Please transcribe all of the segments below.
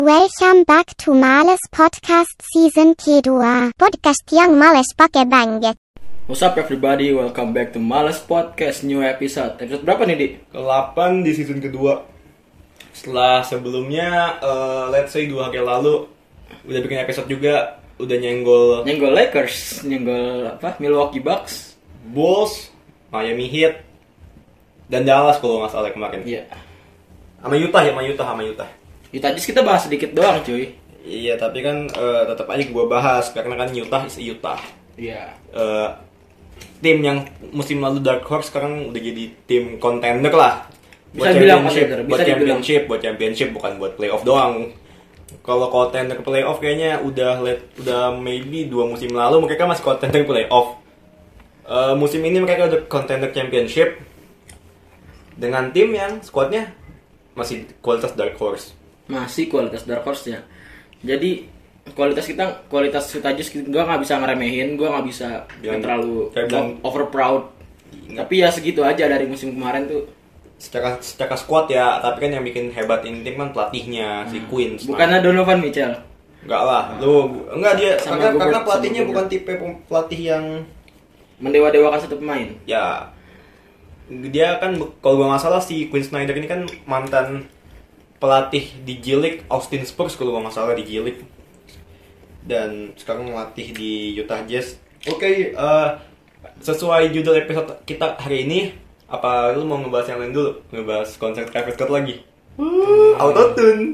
Welcome back to Males Podcast Season kedua. Podcast yang males pakai banget. What's up everybody, welcome back to Males Podcast new episode. Episode berapa nih, Di? Ke-8 di season kedua. Setelah sebelumnya, let's say 2 hari lalu udah bikin episode juga, udah nyenggol Lakers, Milwaukee Bucks, Bulls, Miami Heat, dan Dallas kalau nggak salah kemarin. Iya. Sama Utah. Utah Jazz kita bahas sedikit doang, cuy. Iya, tapi kan tetap aja gue bahas karena kan Utah is Utah. Iya. Tim yang musim lalu Dark Horse sekarang udah jadi tim contender lah. Bisa dibilang contender, buat championship bukan buat playoff doang. Kalau contender playoff kayaknya udah maybe 2 musim lalu mereka masih contender playoff. Musim ini mereka udah contender championship dengan tim yang squadnya masih kualitas Dark Horse. Masih kualitas Dark Horse ya. Jadi kualitas Utah Jazz gue nggak bisa ngeremehin, gue nggak bisa terlalu over proud. Tapi ya segitu aja dari musim kemarin tuh. Secara squad ya, tapi kan yang bikin hebat ini tim kan pelatihnya si Quinn. Bukannya Donovan Mitchell? Enggak lah, enggak dia karena pelatihnya bukan tipe pelatih yang mendewa-dewakan satu pemain. Ya, dia kan kalau gua nggak salah si Quinn Snyder ini kan mantan pelatih di G League Austin Spurs kalau gua nggak salah di G League, dan sekarang melatih di Utah Jazz. Oke, sesuai judul episode kita hari ini, apa lu mau ngebahas yang lain dulu? Ngebahas konser Travis Scott lagi? Autotune.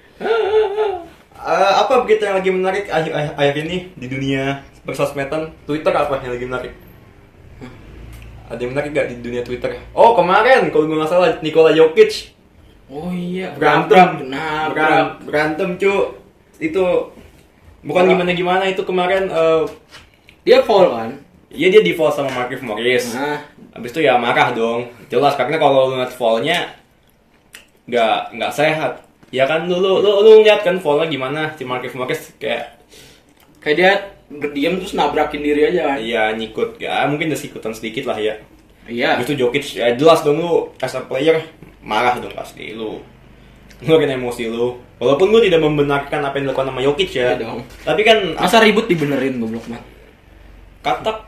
Apa berita yang lagi menarik akhir ini di dunia persosmedan? Twitter apa yang lagi menarik? Ada yang menarik gak di dunia Twitter? Oh, kemarin kalau gue nggak salah Nikola Jokic. Oh iya, berantem cu. Itu bukan gimana itu kemarin dia foul kan? Iya, dia di foul sama Markieff Morris. Habis itu ya marah dong. Jelas karena kalau lu ngeliat foulnya nggak sehat. Ya kan lu ngeliat kan foulnya gimana, si Markieff Morris kayak dia berdiam terus nabrakin diri aja kan? Iya, nyikut. Ya mungkin udah sikutan sedikit lah ya. Iya. Habis itu Jokic ya jelas dong, lu as a player marah dong pasti lu. Ngeluarin emosi lu. Walaupun lu tidak membenarkan apa yang dilakukan sama Jokic ya. Iya dong. Tapi kan masa ribut dibenerin goblok mah. Katak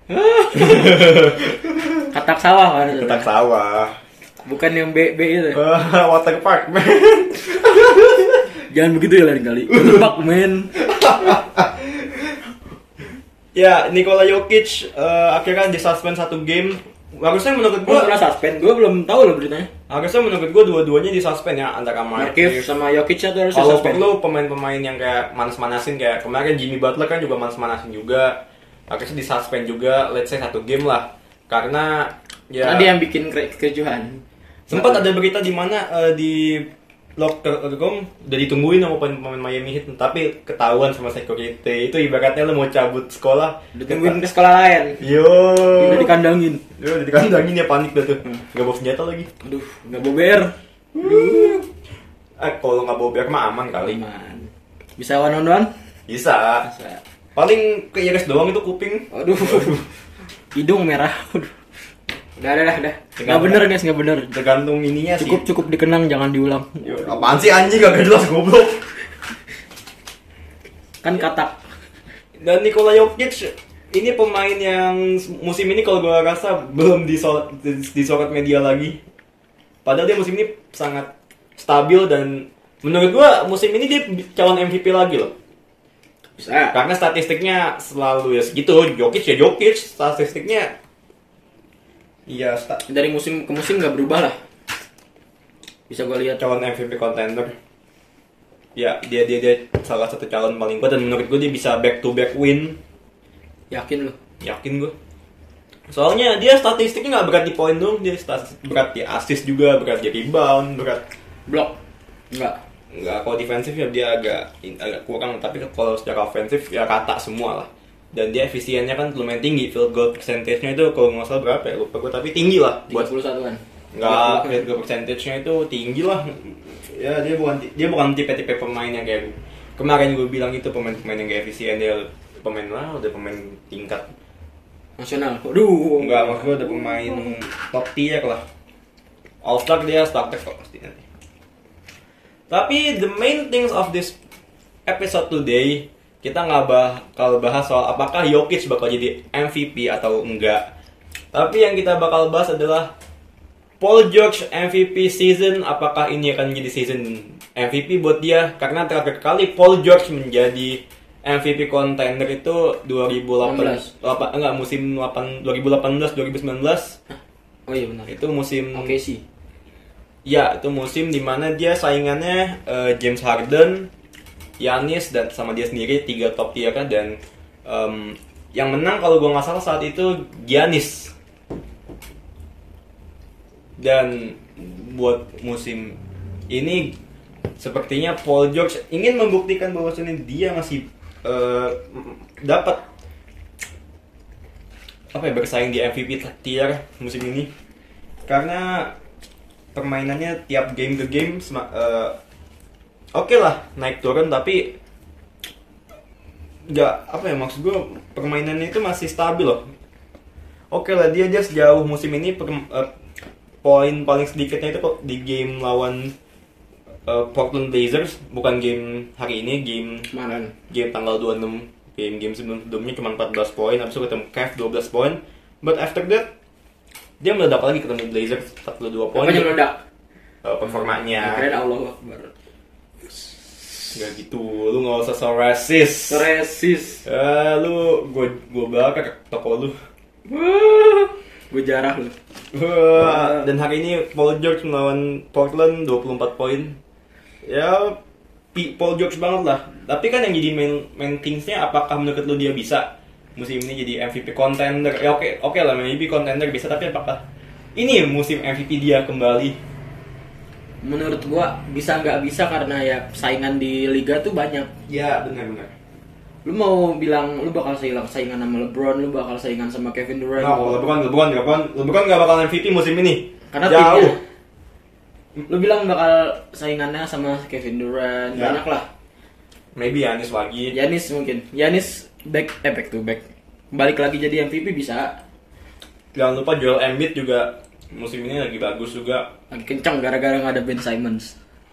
sawah kan? Katak sawah. Bukan yang B itu. Water park, man. Jangan begitu ya lain kali. Water park, man. Ya, Nikola Jokic akhirnya disuspend 1 game. Harusnya menurut gua pernah suspend, gua belum tahu loh beritanya. Harusnya menurut gua dua-duanya disuspend ya, antara Markieff sama Jokic atau harus kalau suspend. perlu pemain-pemain yang kayak manas-manasin kayak kemarin Jimmy Butler kan juga manas-manasin juga. Harusnya disuspend juga, let's say 1 game lah. Karena dia yang bikin kericuhan. Sempat ada berita di mana di Locker.com udah ditungguin sama pemain Miami Heat, tapi ketahuan sama security. Itu ibaratnya lu mau cabut sekolah, ditungguin ke sekolah lain. Udah dikandangin ya, panik dah tuh. Gak bawa senjata lagi. Aduh, gak bawa BR. Kalau gak bawa BR mah aman kali. Aman. Bisa one on one? Bisa. Paling keiris doang itu kuping. Aduh. Hidung merah. Aduh. Udah. Nggak bener guys, nggak bener. Tergantung ininya sih. Cukup dikenang, jangan diulang. Apaan sih anjing, gak jelas goblok. Kan katak. Dan Nikola Jokic ini pemain yang musim ini kalau gue rasa belum disorot media lagi. Padahal dia musim ini sangat stabil dan menurut gue musim ini dia calon MVP lagi loh. Bisa. Karena statistiknya selalu ya segitu. Jokic statistiknya iya, dari musim ke musim nggak berubah lah. Bisa gue lihat calon MVP contender. Ya, dia salah satu calon paling kuat dan menurut gue dia bisa back to back win. Yakin lo? Yakin gue. Soalnya dia statistiknya nggak berat di poin dong, dia berat di assist juga, berat di rebound, berat blok. Enggak, kalau defensif ya dia agak kurang, tapi kalau secara ofensif ya rata semua lah. Dan dia efisiennya kan lumayan tinggi, field goal percentage-nya itu kalau nggak salah berapa ya, lupa gue, tapi tinggi lah. 31-an. Nggak, field goal percentage-nya itu tinggi lah. Ya dia bukan tipe-tipe pemain yang kayak kemarin gue bilang itu, pemain-pemain yang kayak efisien. Dia udah pemain tingkat nasional. Aduh. Enggak, maksud gue udah pemain top tier lah. All Star dia starter kok pasti nanti. Tapi the main things of this episode today, kita nggak bakal bahas soal apakah Jokic bakal jadi MVP atau enggak. Tapi yang kita bakal bahas adalah Paul George MVP season. Apakah ini akan menjadi season MVP buat dia? Karena terakhir kali Paul George menjadi MVP contender itu 2018 enggak musim 2018-2019. Oh iya benar. Itu musim Oke sih. Ya, itu musim dimana dia saingannya James Harden, Giannis, dan sama dia sendiri 3 top tier kan. Dan yang menang kalau gue nggak salah saat itu Giannis. Dan buat musim ini sepertinya Paul George ingin membuktikan bahwasanya dia masih dapat bersaing di MVP tier musim ini, karena permainannya tiap game ke game oke lah naik turun, tapi nggak maksud gue permainannya itu masih stabil loh. Oke lah, dia sejauh musim ini poin paling sedikitnya itu di game lawan Portland Blazers, bukan game hari ini, game tanggal 26, game sebelumnya cuma 14 poin, habis itu ketemu Cavs 12 poin. But after that dia meledak lagi ketemu Blazers 42 poin. Apanya meledak? Performanya. Keren, Allah Akbar. Gak gitu, lu nggak usah so rasis. Lu gue bakar toko lu. Gue jarah lu. Dan hari ini Paul George melawan Portland 24 poin. Ya Paul George banget lah. Tapi kan yang jadi main thingsnya, apakah menurut lu dia bisa musim ini jadi MVP contender? Ya oke lah, maybe contender bisa, tapi apakah ini musim MVP dia kembali? Menurut gua bisa nggak bisa, karena ya saingan di liga tuh banyak. Ya benar. Lu mau bilang lu bakal saingan sama LeBron, lu bakal saingan sama Kevin Durant? No, LeBron nggak bakal MVP musim ini. Karena jauh. Timnya, lu bilang bakal saingannya sama Kevin Durant, ya. Banyak lah. Maybe Giannis lagi. Giannis back to back. Balik lagi jadi MVP bisa. Jangan lupa Joel Embiid juga musim ini lagi bagus juga. Lagi kencang gara-gara nggak ada Ben Simmons.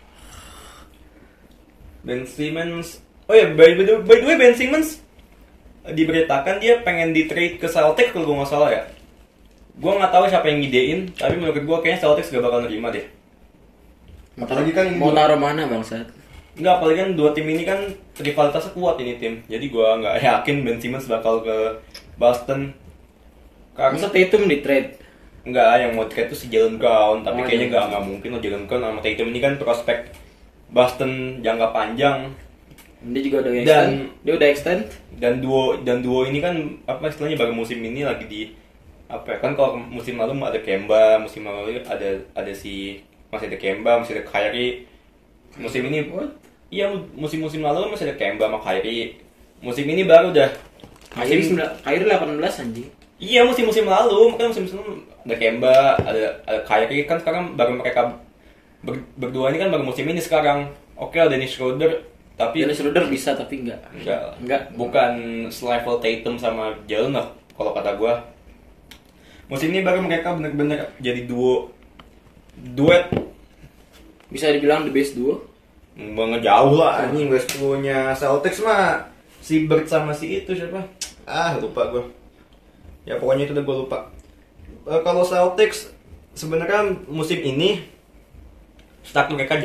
Oh ya, by the way, Ben Simmons diberitakan dia pengen di trade ke Celtics kalau gue nggak salah ya. Gue nggak tahu siapa yang ngidein, tapi menurut gue kayaknya Celtics gak bakal nerima deh. Apalagi kan mau taruh mana bangsat? Enggak, apalagi kan dua tim ini kan rivalitasnya kuat ini tim. Jadi gue nggak yakin Ben Simmons bakal ke Boston. Masa Tatum di trade? Enggak, yang mau trade itu si Jalen Brown, tapi kayaknya nggak mungkin loh. Jalen Brown sama Tatum ini kan prospek Boston jangka panjang. Dia juga udah extend. Dan duo ini kan istilahnya baru musim ini lagi di kan kalau musim lalu ada Kemba, musim lalu ada si masih ada Kemba, masih ada Kyrie. Musim ini iya, musim lalu masih ada Kemba sama Kyrie. Musim ini baru dah Kyrie 18 anjing. Iya, musim lalu, makanya musim ada Kemba, ada Kyrie, kan sekarang baru mereka berdua ini kan baru musim ini sekarang. Oke, ada Dennis Schroeder, tapi Dennis Schroeder bisa, tapi enggak. Bukan selevel Tatum sama Jalen lah kalau kata gua. Musim ini baru mereka benar-benar jadi duet. Bisa dibilang the best duo. Banget jauh lah anjing. West punya Celtics mah si Bird sama si itu siapa? Lupa gua. Ya pokoknya itu udah gua lupa. Kalau Celtics sebenarnya musim ini start mereka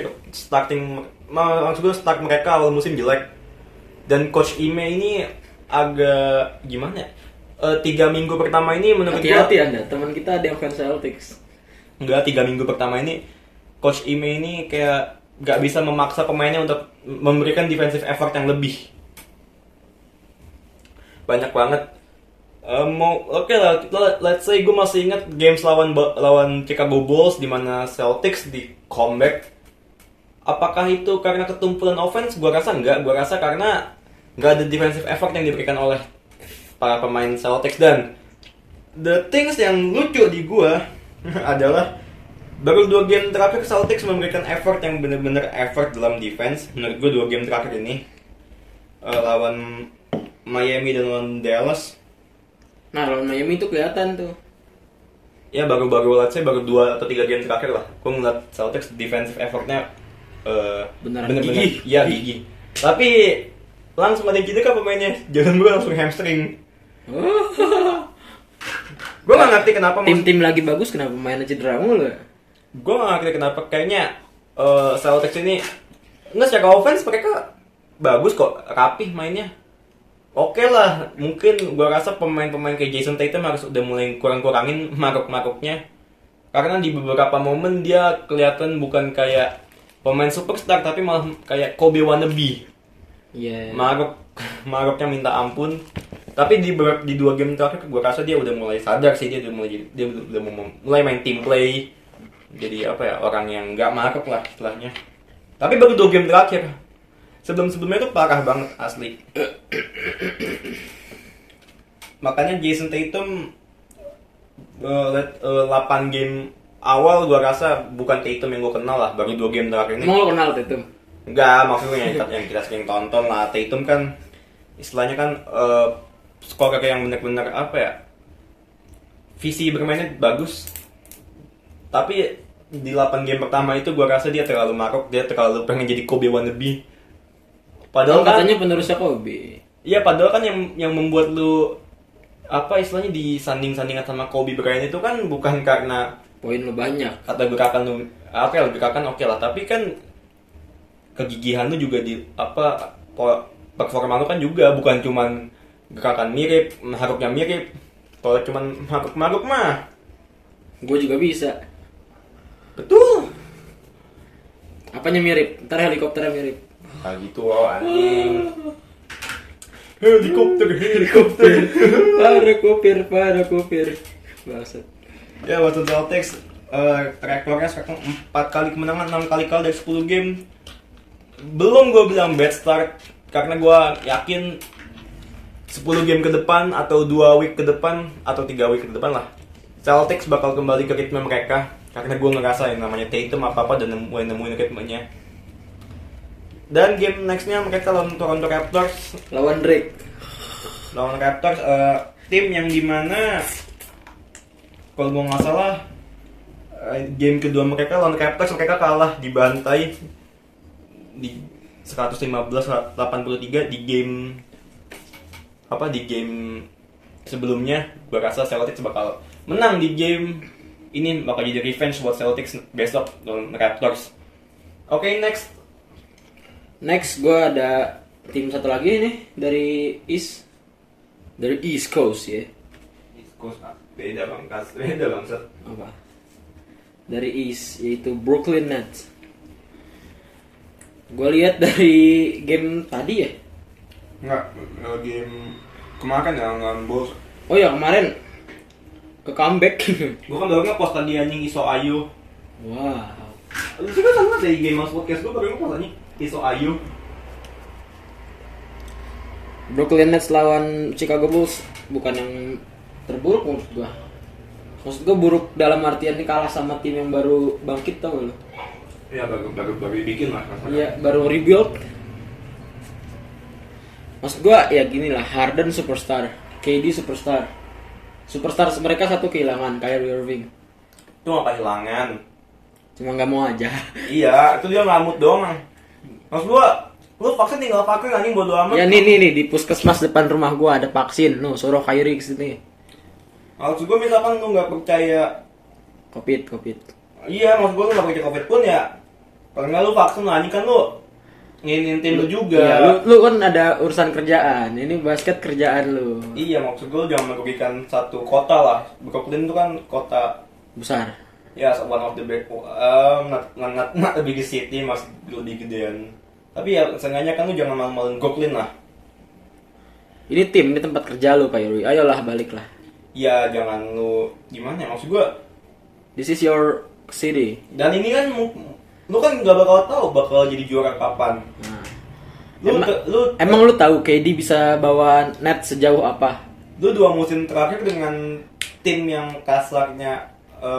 awal musim jelek. Dan coach Ime ini agak gimana ya? 3 minggu pertama ini menurut gua, hati-hati Anda, teman kita ada yang fans Celtics. Enggak, 3 minggu pertama ini coach Ime ini kayak gak bisa memaksa pemainnya untuk memberikan defensive effort yang lebih. Banyak banget. Let's say gue masih ingat games lawan Chicago Bulls di mana Celtics di comeback. Apakah itu karena ketumpulan offense? Gue rasa enggak. Gue rasa karena nggak ada defensive effort yang diberikan oleh para pemain Celtics. Dan the things yang lucu di gua adalah baru 2 game terakhir Celtics memberikan effort yang benar-benar effort dalam defense. Menurut gua 2 game terakhir ini lawan Miami dan lawan Dallas. Nah, lawan Miami itu kelihatan tuh. Ya baru 2 atau 3 game terakhir lah gua ngeliat Celtics defensive effortnya Beneran bener-bener gigih. iya gigih. Tapi langsung ada yang cedera pemainnya, jangan gue langsung hamstring. Gue nggak ngerti kenapa tim-tim lagi bagus kenapa mainnya cedera mulu. Gue nggak ngerti kenapa kayaknya Celtics ini nggak, secara offense mereka bagus kok, rapih mainnya. Oke lah, mungkin gue rasa pemain-pemain kayak Jason Tatum harus udah mulai kurang-kurangin maruk-maruknya. Karena di beberapa momen dia kelihatan bukan kayak pemain superstar tapi malah kayak Kobe wannabe. Iya. Maruknya minta ampun. Tapi di 2 game terakhir gue rasa dia udah mulai sadar sih, dia udah mulai main team play. Jadi apa ya, orang yang nggak maruk lah istilahnya. Tapi baru 2 game terakhir. Sebelumnya itu parah banget asli. Makanya Jason Tatum 8 game awal gue rasa bukan Tatum yang gue kenal lah, baru 2 game terakhir ini. Mau lo kenal Tatum? Enggak, maksudnya yang kita sering tonton lah. Tatum kan istilahnya kan scorer yang benar-benar apa ya, visi bermainnya bagus. Tapi di 8 game pertama itu gue rasa dia terlalu maruk, dia terlalu pengen jadi Kobe wannabe. Padahal katanya penerusnya Kobe. Iya, padahal kan yang membuat lu apa istilahnya disanding-sandingan sama Kobe Bryant itu kan bukan karena poin lu banyak atau gerakan lu gerakan oke lah, tapi kan kegigihan lu juga di apa performa lu kan juga bukan cuman gerakan mirip, maruknya mirip. Kalau cuman maruk mah gue juga bisa. betul. Apanya mirip? Ntar helikopternya mirip. Nah gitu anjing. Helikopter. Para kopir. Bangsat. Ya, Boston Celtics rekornya sekarang 4 kali kemenangan, 6 kali kalah dari 10 game. Belum gue bilang bad start, karena gue yakin 10 game ke depan atau 2 week ke depan atau 3 week ke depan lah, Celtics bakal kembali ke ritme mereka. Karena gue ngerasain namanya Tatum apa-apa dan nemuin ritmenya. Dan game nextnya mereka lawan Toronto Raptors. Lawan Drake. Lawan Raptors, tim yang dimana kalau gue nggak salah game kedua mereka lawan Raptors mereka kalah, dibantai di 115-83 di game sebelumnya. Gue rasa Celtics bakal menang di game ini, bakal jadi revenge buat Celtics besok lawan Raptors. Oke, Next gue ada tim satu lagi nih dari East Coast ya. East Coast beda banget. Apa? Dari East, yaitu Brooklyn Nets. Gue lihat dari game tadi ya. Enggak, game kemarin ya lawan Bulls. Oh ya, kemarin ke comeback. Gue kan baru nge-post tadi anjing Iso Ayu. Wow. Lu sih kan sama dari Game House Podcast gue baru nge-post anjing Iso Ayu. Brooklyn Nets lawan Chicago Bulls bukan yang terburuk menurut gua. Maksud gua buruk dalam artian ini kalah sama tim yang baru bangkit, tau gak lo? Iya, baru bikin lah. Iya, baru rebuild. Maksud gua ya gini lah, Harden superstar, KD superstar. Superstar mereka satu kehilangan, Kyrie Irving. Itu gak kehilangan. Cuma nggak mau aja. Iya, itu dia ngamut doang. Maksud gua, lu vaksin tinggal pakai anjing, bodo amat. Ya nih di puskesmas depan rumah gua ada vaksin. Nuh, suruh Kyrie kesini. Maksud gua misalkan lu nggak percaya Covid. Iya, maksud gua lu nggak percaya Covid pun ya, karena lu vaksin anjing kan lu nginin tim lu juga. Iya, lu kan ada urusan kerjaan. Ini basket kerjaan lu. Iya, maksud gua jangan merugikan satu kota lah. Brooklyn itu kan kota Besar. ya, one of the big, not the biggest city, masih lebih gedean. Tapi ya seenggaknya kan lu jangan malu-maluin Brooklyn lah. Ini tempat kerja lu, Kyrie. Ayolah baliklah. Ya jangan lu gimana ya, maksud gua. This is your city. Dan ini kan lu kan gak bakal tahu bakal jadi juara kapan. Nah. Emang lu tahu KD bisa bawa net sejauh apa? Lu 2 musim terakhir dengan tim yang kasarnya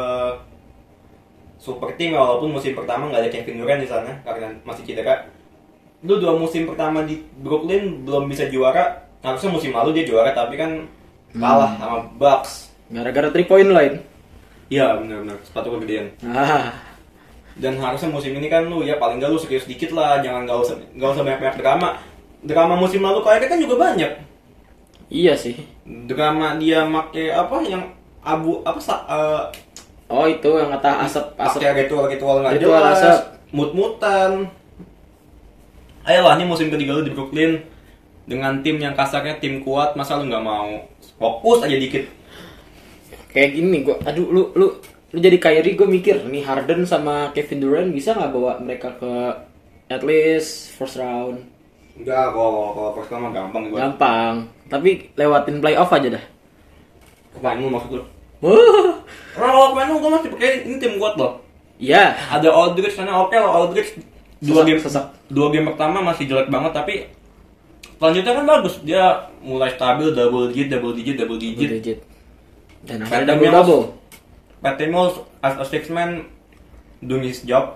super team, walaupun musim pertama nggak ada Kevin Durant di sana karena masih cedera. Lu 2 musim pertama di Brooklyn belum bisa juara. Harusnya musim lalu dia juara tapi kan kalah sama Bucks. Gara-gara 3 point line. Iya, benar-benar sepatu kegedean. Dan harusnya musim ini kan lu ya paling gak lu serius dikit lah, jangan gak usah banyak drama. Drama musim lalu kayaknya kan juga banyak. Iya sih. Drama dia make apa yang abu apa Oh itu yang kata asap pakai ritual nggak ritual jelas, asap. mut-mutan. Ayolah, ini musim ketiga lu di Brooklyn dengan tim yang kasarnya tim kuat, masa lu nggak mau fokus aja dikit? Kayak gini gua, aduh lu jadi Kyrie, gue mikir nih Harden sama Kevin Durant bisa nggak bawa mereka ke at least first round? Enggak, kalau first round mah gampang gua. Gampang, tapi lewatin playoff aja dah. Apaan lu maksud lu? Wah, Kalau main lu gua masih pakai ini tim kuat loh. iya. Ada Aldridge sana, oke loh, Aldridge Sesak. dua game pertama masih jelek banget, tapi selanjutnya kan bagus. Dia mulai stabil, double digit. Dan Pat akhirnya Mills. double. Pat Mills as a six man doing his job.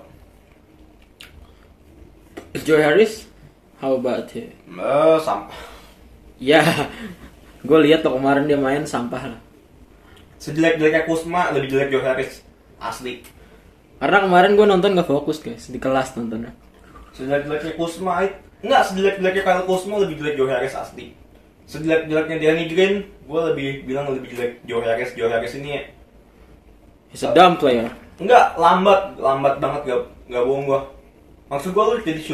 Joe Harris, how about him? Sampah. Ya, gue lihat tuh kemarin dia main sampah lah. Sejelek-jeleknya Kuzma, lebih jelek Joe Harris. Asli. Karena kemarin gue nonton gak fokus guys, di kelas nontonnya. Sejelek-jeleknya Kuzma, enggak, sejelek-jeleknya Kyle Kuzma lebih jelek Joe Harris asli. Sejelek-jeleknya Danny Green, gue bilang lebih jelek Joe Harris. Joe Harris ini He's a dumb player. enggak, lambat banget, gak bohong gue. Maksud gue lu jadi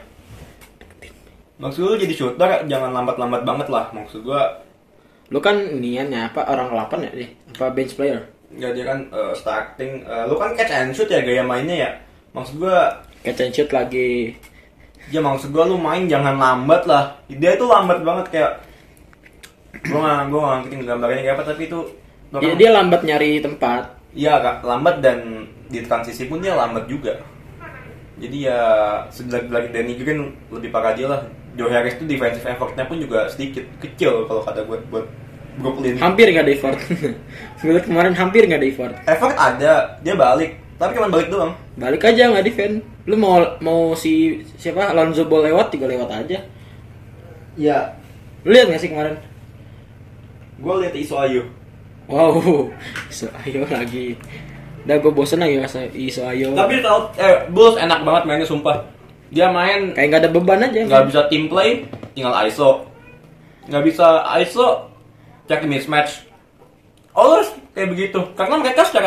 shooter, jangan lambat banget lah. Maksud gue, Lu kan niannya apa, orang 8 ya deh? Apa bench player? ya dia kan starting, lu kan catch and shoot ya gaya mainnya ya. Maksud gue, Catch and shoot lagi. ya maksud gue lu main jangan lambat lah. Dia itu lambat banget kayak, gue gak ngerti gambarnya kayak apa, tapi itu Dia lambat nyari tempat. iya Kak, lambat, dan di transisi pun dia lambat juga. Jadi ya sejelek-jelek Danny Green lebih parah dia lah. Joe Harris tuh defensive effortnya pun juga sedikit kecil kalau kata gue buat Brooklyn. Hampir gak ada effort. Sebenernya kemarin hampir gak ada effort. Effort ada, dia balik, tapi cuma balik doang. Balik aja gak defend. Lu mau siapa Lonzo Ball lewat juga lewat aja. Ya, Lu lihat gak sih kemarin? gue liat Iso Ayu. Wow, Iso Ayo lagi. Udah gue bosen lagi Iso Ayo. Tapi tau, Bulls enak banget mainnya sumpah. Dia main Kayak gak ada beban aja. nggak bisa team play, tinggal ISO. Nggak bisa ISO, cek mismatch. Always kayak begitu. Karena mereka secara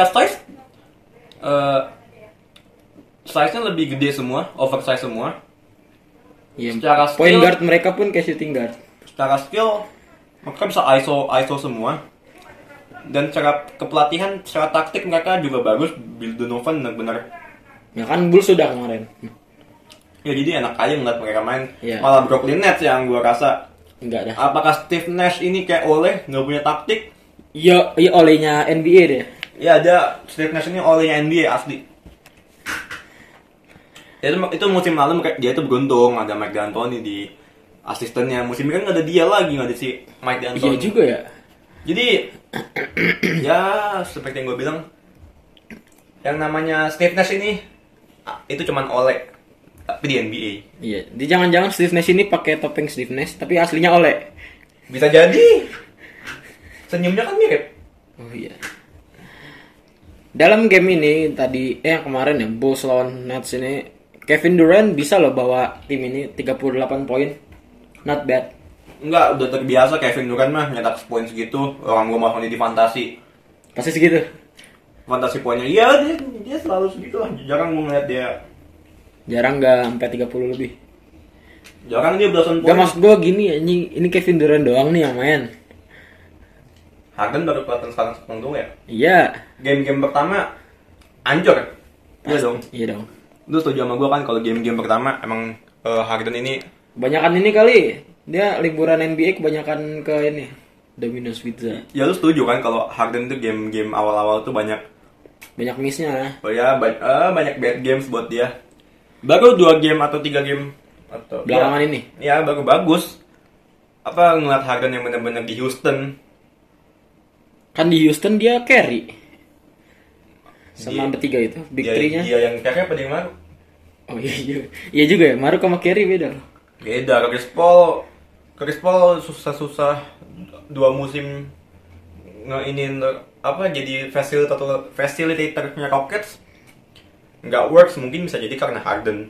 size-nya lebih gede semua, oversize semua. Iya. Secara Point skill- guard mereka pun kayak shooting guard. Secara skill, mereka bisa ISO semua. Dan secara kepelatihan, secara taktik mereka juga bagus. Bill Donovan benar-benar. Ya kan Bulls sudah kemarin. Ya jadi enak aja ngeliat mereka main. Iya. Malah Brooklyn Nets yang gua rasa, Enggak dah. apakah Steve Nash ini kayak Oleh nggak punya taktik? Iya olehnya NBA deh. Ya ada, Steve Nash ini olehnya NBA asli. Itu musim lalu dia itu beruntung ada Mike D'Antoni di asistennya. Musim ini kan nggak ada dia lagi, nggak ada si Mike D'Antoni. Iya juga ya. Jadi ya seperti yang gue bilang, yang namanya Steve Nash ini itu cuman oleh tapi di NBA. Iya. Jangan-jangan Steve Nash ini pakai topeng Steve Nash tapi aslinya oleh. Bisa jadi. Senyumnya kan mirip. Oh iya. Dalam game ini tadi yang kemarin ya Bulls lawan Nets ini Kevin Durant bisa loh bawa tim ini 38 poin. Not bad. Enggak, udah terbiasa Kevin Durant mah nyetak poin segitu. Orang gue mau di fantasi. Pasti segitu. Fantasi poinnya iya dia selalu segitu lah. Jarang gue ngeliat dia. Jarang gak sampai 30 lebih. Jarang dia belasan poin. Gak maksud gue gini anjing, ini Kevin Durant doang nih yang main. Harden baru kelihatan sekarang sepentung ya. Iya. Game-game pertama hancur. Iya dong. Iya dong. Lu setuju sama gue kan kalau game-game pertama emang Harden ini Kebanyakan ini kali. Dia liburan NBA kebanyakan ke ini. Domino's Pizza. ya lu setuju kan kalau Harden itu game-game awal-awal tuh banyak Miss-nya. banyak bad games buat dia. Baru 2 game atau 3 game atau Belakangan ini. Ya baru bagus. Apa ngeliat Harden yang benar-benar di Houston. Kan di Houston dia carry. Sama bertiga itu, big three-nya. Dia yang carry apa dia Maru? Oh iya. Iya juga ya, Maru sama carry beda loh. Beda, Chris Paul susah-susah 2 musim ngeinin apa jadi facilitatornya Rockets. nggak works, mungkin bisa jadi karena Harden.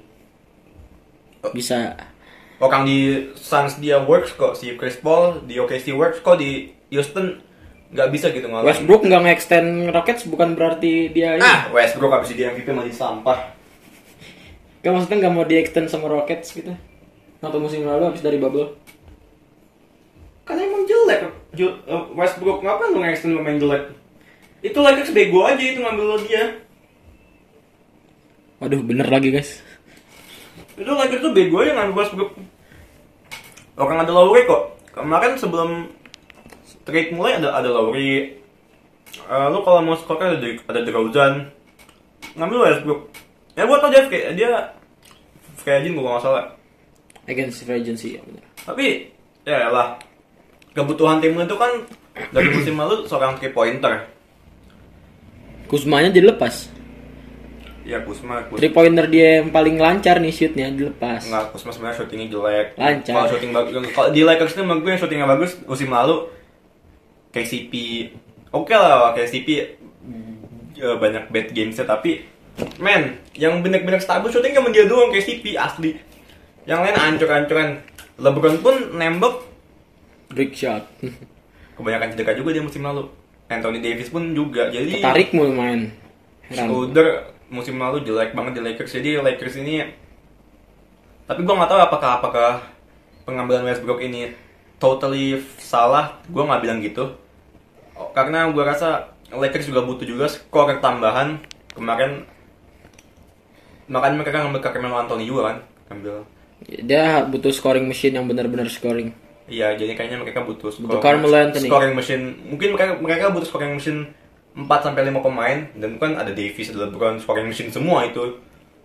Bisa. Orang di Suns dia works kok, si Chris Paul di OKC works kok, di Houston nggak bisa gitu ngalahin. Westbrook nggak nge-extend Rockets bukan berarti dia Westbrook habis dia MVP malah sampah. Gak, maksudnya nggak mau di-extend sama Rockets gitu. Waktu musim lalu habis dari bubble. Kan emang jelek Westbrook, ngapain lu nge-extend pemain jelek? Itu Lakers bego aja itu ngambil lo dia. Waduh, bener lagi guys. Itu Lakers tuh bego aja ngambil Westbrook. Orang ada Lowry kok. Kemarin sebelum trade mulai ada Lowry. Lu kalau mau skor kan ada DeRozan. Ngambil Westbrook. Ya gua tau dia free agent gua nggak salah. Against free agency ya benar. Tapi ya lah, kebutuhan tim itu kan dari musim lalu seorang 3-pointer. Kuzmanya dilepas. Ya Kuzma 3-pointer dia yang paling lancar nih shootnya dilepas. Enggak, Kuzma sebenarnya shootingnya jelek. Lancar. Kalau shooting bagus, kalau di Lakers ini menurut gue yang shootingnya bagus musim lalu KCP. Oke lah, KCP banyak bad gamesnya, tapi men, yang bener-bener stabil shootingnya sama dia doang, KCP asli. Yang lain ancur-ancuran. LeBron pun nembak Break shot. kebanyakan cedera juga dia musim lalu. Anthony Davis pun juga. Jadi Tarik mulu main. Heran. Schroeder musim lalu jelek banget di Lakers. Jadi Lakers ini, tapi gue nggak tahu apakah pengambilan Westbrook ini totally salah. Gue nggak bilang gitu. Karena gue rasa Lakers juga butuh juga skor tambahan. Kemarin makanya mereka ngambil Carmelo Anthony juga kan, ambil. Dia butuh scoring machine yang benar-benar scoring. Iya, jadi kayaknya mereka butuh Carmelo Anthony. Scoring machine. Mungkin mereka butuh scoring machine 4 sampai 5 pemain, dan kan ada Davis, ada LeBron, scoring machine semua itu.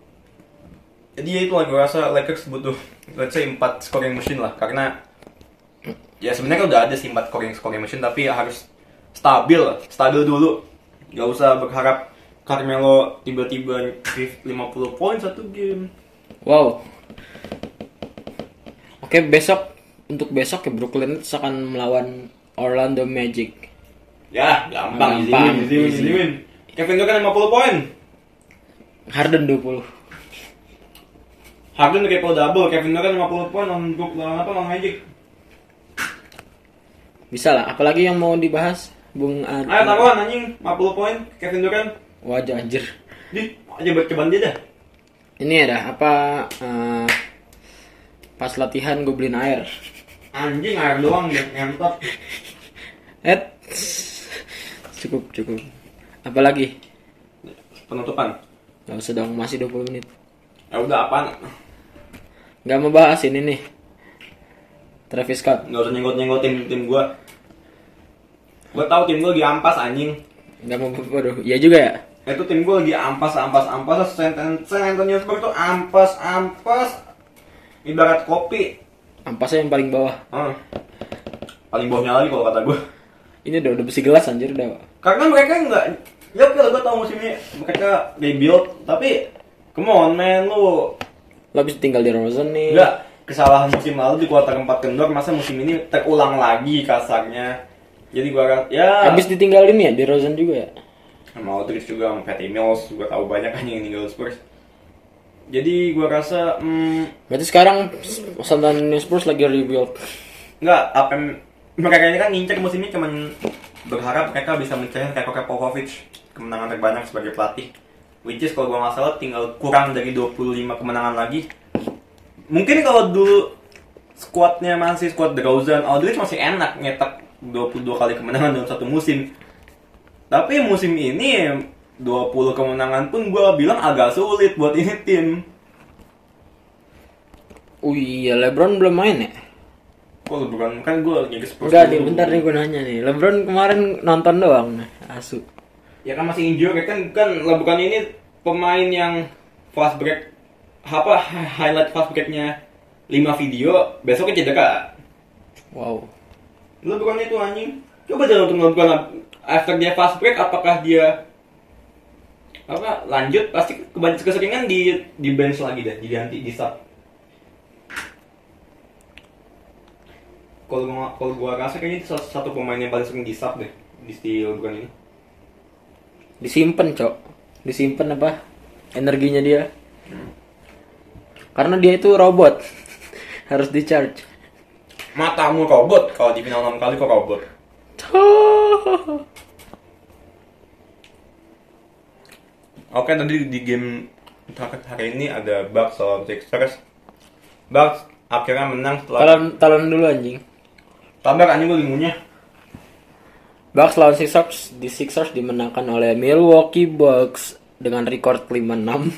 Jadi ya itu lah, gue rasa Lakers butuh let's say 4 scoring machine lah, karena ya sebenarnya udah ada sih 4 scoring machine, tapi ya harus stabil dulu. Gak usah berharap Carmelo tiba-tiba 50 poin satu game. Wow. Oke, untuk besok ya Brooklyn Nets akan melawan Orlando Magic. Ya, gampang. Easy win. Kevin Durant 50 poin. Harden 20. Harden triple double, Kevin Durant 50 poin lawan Magic. Bisa lah, apalagi yang mau dibahas, Bung Ar. Ayo taruhan anjing 50 poin Kevin Durant. Wajah anjir. Aja buat cobaan dia dah. Ini ada apa pas latihan gue beliin air. Anjing air doang dia ngentot. Cukup. Apalagi? Penutupan. Gak usah dong, masih 20 menit. Ya udah apaan? Gak mau bahas ini nih. Travis Scott. Gak usah nyenggol tim gua. Gua tahu tim gua lagi ampas anjing. Gak mau, waduh, iya juga ya. Itu tim gua lagi ampas. San Antonio Spurs tuh ampas. Ibarat kopi. Ampasnya yang paling bawah. Paling bawahnya lagi kalau kata gua. Ini udah besi gelas anjir udah. Karena mereka enggak. Ya oke lah, gue tau musim ini mereka rebuild, tapi come on man, lu bisa tinggal di DeRozan nih. Enggak, kesalahan musim lalu di kuarter 4 kendor, masa musim ini terulang lagi kasarnya. Jadi gua ya habis ditinggalin ya DeRozan juga ya. Sama Aldridge juga, sama Patty Mills, gua tahu banyak kan yang tinggal Spurs. Jadi gua rasa berarti sekarang San Antonio Spurs lagi rebuild. Enggak, mereka ini kan ngincer musim ini cuman berharap mereka bisa mencapai rekor Popovich, kemenangan terbanyak sebagai pelatih. Which is kalau gue nggak salah tinggal kurang dari 25 kemenangan lagi. Mungkin kalau dulu squadnya masih squad DeRozan, Aldridge masih enak nyetak 22 kali kemenangan dalam satu musim. Tapi musim ini 20 kemenangan pun gue bilang agak sulit buat ini tim. Oh iya, LeBron belum main ya? Kok LeBron? Kan gue lagi ke Spurs. Enggak nih, bentar nih gue nanya nih. LeBron kemarin nonton doang, asu. Ya kan masih injured, kan LeBron ini pemain yang fast break, highlight fast breaknya 5 video, besoknya cedera. Wow. LeBron itu anjing. Coba jangan untuk LeBron after dia fast break, apakah dia lanjut, pasti keseringan di bench lagi deh, diganti, di sub. Kalau gua rasa kayaknya itu satu pemain yang paling sering di sub deh di LeBron ini. Disimpan, Cok. Disimpan apa? energinya dia. Karena dia itu robot. Harus di charge. Matamu robot, kalau di final 6 kali kok robot. Oke, tadi di game hari ini ada Bucks lawan Sixers. Bucks akhirnya menang setelah Talon dulu anjing. tabrak anjing gue limunya. Bucks lawan Sixers, di Sixers dimenangkan oleh Milwaukee Bucks dengan rekor 5-6.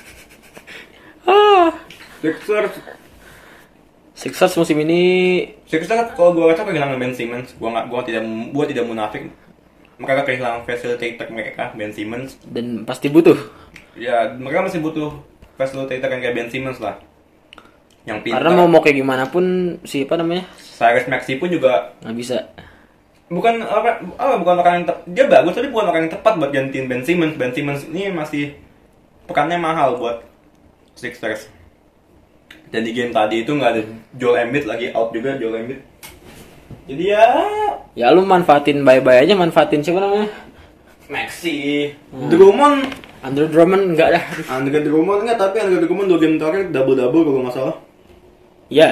Sixers musim ini Sixers kalau gue baca kehilangan Ben Simmons, gue tidak munafik. Mereka kehilangan facilitator mereka, Ben Simmons. dan pasti butuh. Ya, mereka masih butuh facilitator yang kayak Ben Simmons lah. Yang pintar. Karena mau kayak gimana pun siapa namanya? Cyrus Maxey pun juga Nggak bisa. bukan orang yang dia bagus tapi bukan orang yang tepat buat gantiin Ben Simmons. Ben Simmons ini masih pekannya mahal buat Sixers. Dan di game tadi itu nggak ada Joel Embiid, lagi out juga Joel Embiid. Jadi Ya lu manfaatin bye-bye aja, manfaatin siapa namanya? Maxey, Drummond, Andrew Drummond enggak dah. Andre Drummond enggak, tapi Andre Drummond 2 game terakhir double-double kalau nggak salah. Ya.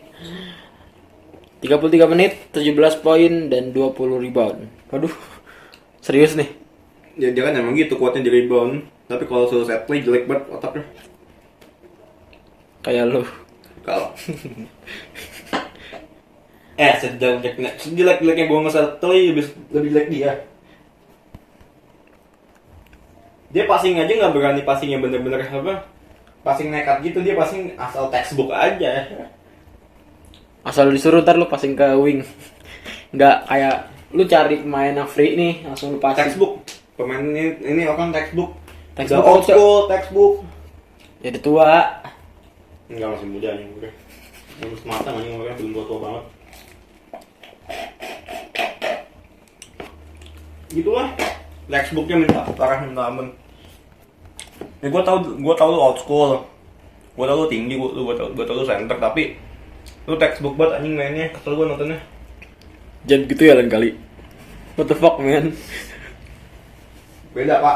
33 menit, 17 poin dan 20 rebound. Waduh. Serius nih. Ya dia kan emang gitu kuatnya di rebound, tapi kalau suruh set play jelek banget otaknya. Kayak lu. Kalau sejelek-jeleknya gue nge-set play lebih jelek dia. Dia passing aja nggak berani passing yang bener-bener apa? Passing nekat gitu, dia passing asal textbook aja. Asal disuruh ntar lu passing ke wing. Nggak kayak lu cari pemain yang free nih, langsung lu passing. Textbook. Pemain ini orang textbook. Textbook Udah old school, textbook. Ya udah tua. Enggak, masih muda nih gue. Belum matang anjing, mereka belum tua-tua banget. Gitulah. Textbooknya minta ampun. Ya gue tau lu old school. Gue tau lu tinggi, gue tau lu center, tapi lu textbook banget anjing mainnya, kesel gue nontonnya. Jangan gitu ya lain kali. What the fuck man. Beda pak.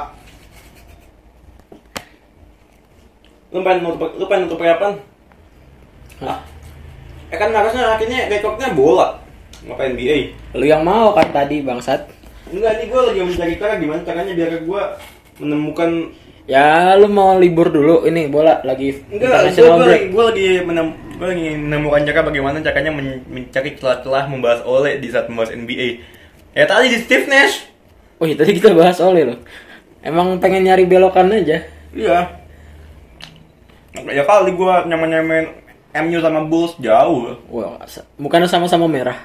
Lu pengen nutup kapan? Hah? Kan harusnya akhirnya rekornya bola. Ngapain NBA? Lu yang mau kan tadi bangsat. Enggak, nih gue lagi mencari cara gimana caranya biar gue menemukan. Ya lu mau libur dulu, ini bola lagi Enggak, international break. gue lagi menemukan cara bagaimana caranya mencari celah-celah membahas Ole di saat membahas NBA. Ya tadi di Steve Nash. Oh iya tadi kita bahas Ole loh. Emang pengen nyari belokan aja. Iya. Ya kali gue nyaman-nyamain MU sama Bulls jauh. Wah, bukan sama-sama merah.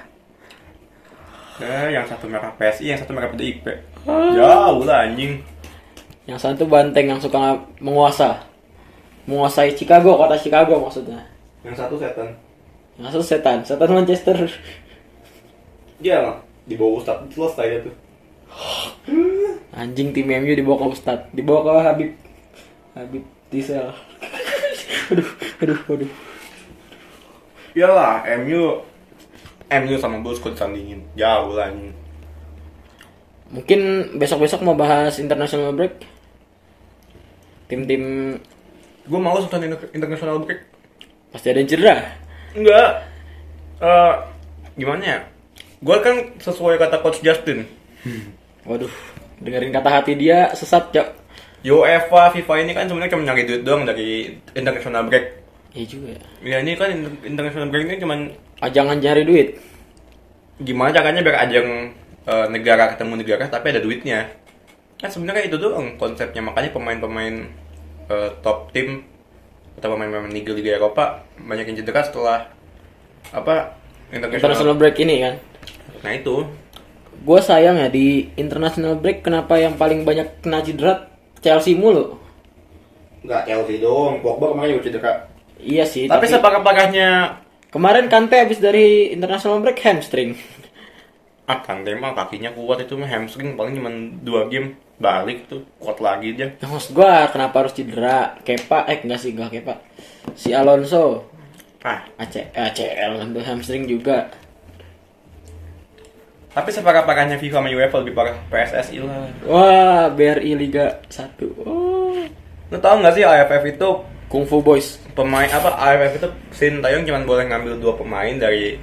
Yang satu merah PSI, yang satu merah PDIP. Jauh lah anjing. Yang satu banteng yang suka menguasai Chicago, kota Chicago maksudnya. Yang satu setan. Yang satu setan Manchester. Dia lah di bawah Ustadz selesai ya tuh. Anjing tim MU dibawa ke Ustadz, dibawa ke Habib Diesel. Aduh. Iyalah, MU sama Bulls kok disandingin. Jauh lah anjing. Mungkin besok-besok mau bahas international break. Tim-tim Gue mau nonton international break. pasti ada yang cedera. Enggak. Gimana ya? Gue kan sesuai kata Coach Justin. Waduh, dengerin kata hati dia sesat, Cok. UEFA, FIFA ini kan sebenarnya cuma nyari duit doang dari international break. Iya juga. Ya ini kan international break ini cuma Jangan cari duit. gimana caranya biar ajang negara ketemu negara tapi ada duitnya. Kan sebenarnya itu doang konsepnya, makanya pemain-pemain top tim atau pemain-pemain Liga Eropa banyak yang cedera setelah International break ini kan. Nah itu Gue sayang ya di international break kenapa yang paling banyak kena cedera Chelsea mulu. nggak Chelsea doang, Pogba kemarin juga cedera. Iya sih. Tapi separah-parahnya kemarin Kante habis dari international break hamstring. Kante mah kakinya kuat, itu mah hamstring paling cuma 2 game balik tuh kuat lagi dia. Ya maksud gue kenapa harus cedera? Kepa enggak Kepa. Si Alonso. ACL kan tuh hamstring juga. Tapi separah-parahnya FIFA sama UEFA lebih parah PSSI lah. Wah, BRI Liga 1. Oh. Lu tau nggak sih AFF itu Kung Fu Boys. pemain apa? AFF itu Sintayong cuma boleh ngambil 2 pemain dari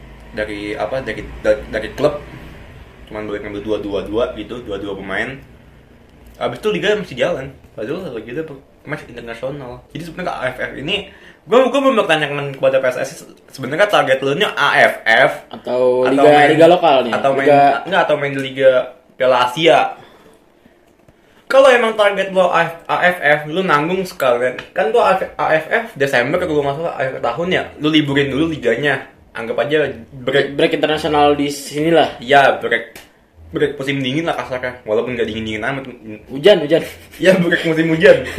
klub. Cuma boleh ngambil 2 gitu, 2 pemain. Abis itu liga masih jalan. Padahal lagi itu match internasional. Jadi sebenarnya AFF ini gue mau bertanyakan kepada PSSI sebenarnya target lu nya AFF Atau liga lokal nih. Atau main di liga Piala Asia. Kalau emang target lo AFF, lu nanggung sekalian. Kan tuh AFF Desember kalau nggak salah akhir tahun ya. Lu liburin dulu liganya. Anggap aja break internasional di sini lah. Ya, break musim dingin lah kasarnya. Walaupun nggak dingin amat. Hujan. Ya, break musim hujan.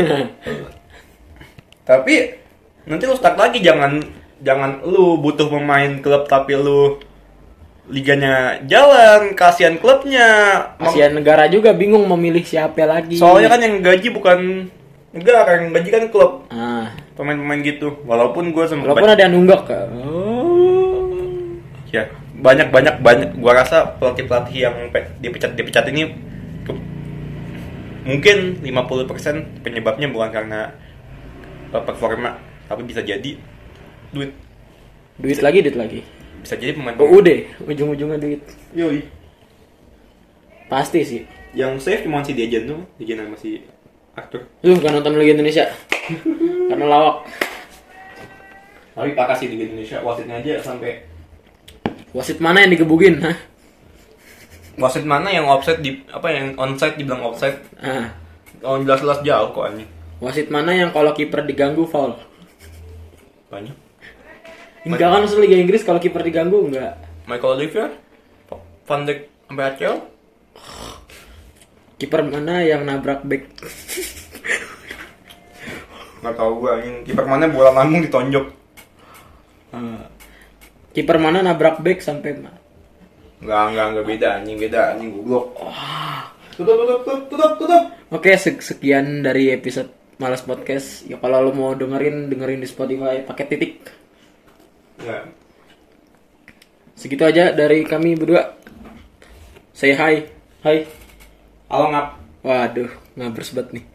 Tapi nanti lu start lagi, jangan lu butuh pemain klub tapi lu liganya jalan, kasihan klubnya, kasihan negara juga bingung memilih siapa lagi. Soalnya kan yang gaji bukan negara, yang gaji kan klub. Pemain-pemain gitu. Walaupun ada yang nunggak kan. Ya, banyak. Gua rasa pelatih yang dipecat ini mungkin 50% penyebabnya bukan karena performa, tapi bisa jadi duit lagi. Bisa jadi pemain. Ujung-ujungnya duit. Yoi. Pasti sih. Yang safe cuma si Dejan tuh, Dejan sama si Arthur. Lu bukan nonton Liga Indonesia. Karena lawak. Tapi pakas sih Liga Indonesia, wasitnya aja sampai. Wasit mana yang digebukin, hah? Wasit mana yang offside yang onside dibilang offside? Oh, jelas-jelas jauh kok anjing. Wasit mana yang kalau kiper diganggu foul? Banyak. Enggak kan maksudnya Liga Inggris kalau kiper diganggu enggak. Michael Oliver, Van Dijk sampai ACL. Kiper mana yang nabrak back? Nggak tahu gua anjing. Kiper mana bola lambung ditonjok. Kiper mana nabrak back sampai Enggak beda anjing goblok. Tutup. Oke, sekian dari episode Malas Podcast. Ya kalau lo mau dengerin di Spotify pakai titik. Ya. Segitu aja dari kami berdua. Say hi. Halo ngap. Waduh, ngabers banget nih.